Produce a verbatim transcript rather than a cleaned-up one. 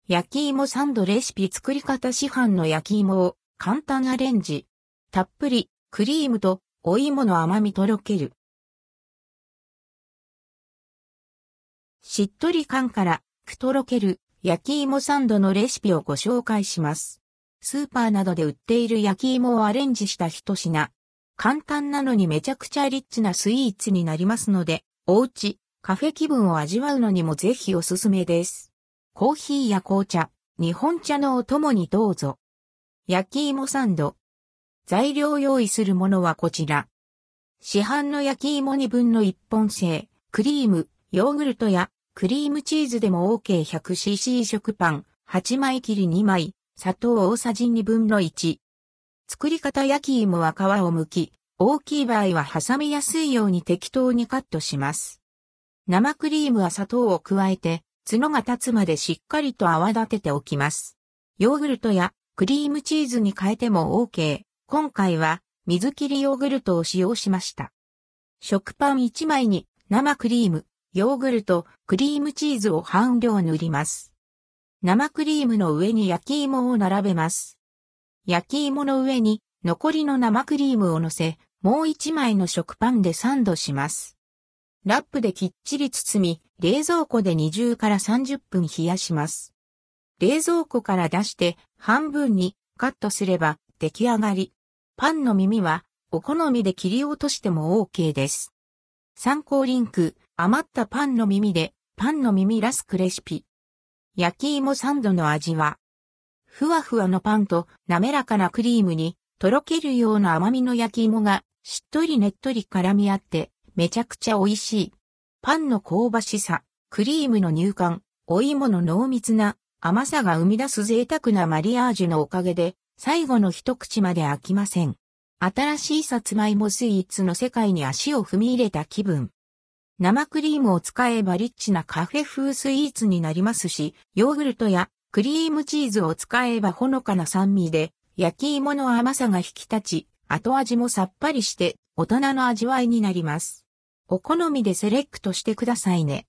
焼き芋サンドレシピ作り方市販の焼き芋を簡単アレンジ。たっぷりクリームとお芋の甘みとろける。しっとり感からくとろける焼き芋サンドのレシピをご紹介します。スーパーなどで売っている焼き芋をアレンジした一品。簡単なのにめちゃくちゃリッチなスイーツになりますので、おうち、カフェ気分を味わうのにもぜひおすすめです。コーヒーや紅茶、日本茶のお供にどうぞ。焼き芋サンド。材料用意するものはこちら。市販の焼き芋にぶんのいち本製、クリーム、ヨーグルトやクリームチーズでも OK ひゃくシーシー 食パン、はちまい切りにまい、砂糖大さじにぶんのいち。作り方焼き芋は皮を剥き、大きい場合は挟みやすいように適当にカットします。生クリームは砂糖を加えて、角が立つまでしっかりと泡立てておきます。ヨーグルトやクリームチーズに変えても OK。今回は水切りヨーグルトを使用しました。食パンいちまいに生クリーム、ヨーグルト、クリームチーズを半量塗ります。生クリームの上に焼き芋を並べます。焼き芋の上に残りの生クリームを乗せ、もういちまいの食パンでサンドします。ラップできっちり包み、冷蔵庫でにじゅうからさんじゅっぷん冷やします。冷蔵庫から出して半分にカットすれば出来上がり。パンの耳はお好みで切り落としても OK です。参考リンク、余ったパンの耳でパンの耳ラスクレシピ。焼き芋サンドの味は、ふわふわのパンと滑らかなクリームにとろけるような甘みの焼き芋がしっとりねっとり絡み合ってめちゃくちゃ美味しい。パンの香ばしさ、クリームの乳感、お芋の濃密な甘さが生み出す贅沢なマリアージュのおかげで最後の一口まで飽きません。新しいさつまいもスイーツの世界に足を踏み入れた気分。生クリームを使えばリッチなカフェ風スイーツになりますし、ヨーグルトやクリームチーズを使えばほのかな酸味で、焼き芋の甘さが引き立ち、後味もさっぱりして大人の味わいになります。お好みでセレクトしてくださいね。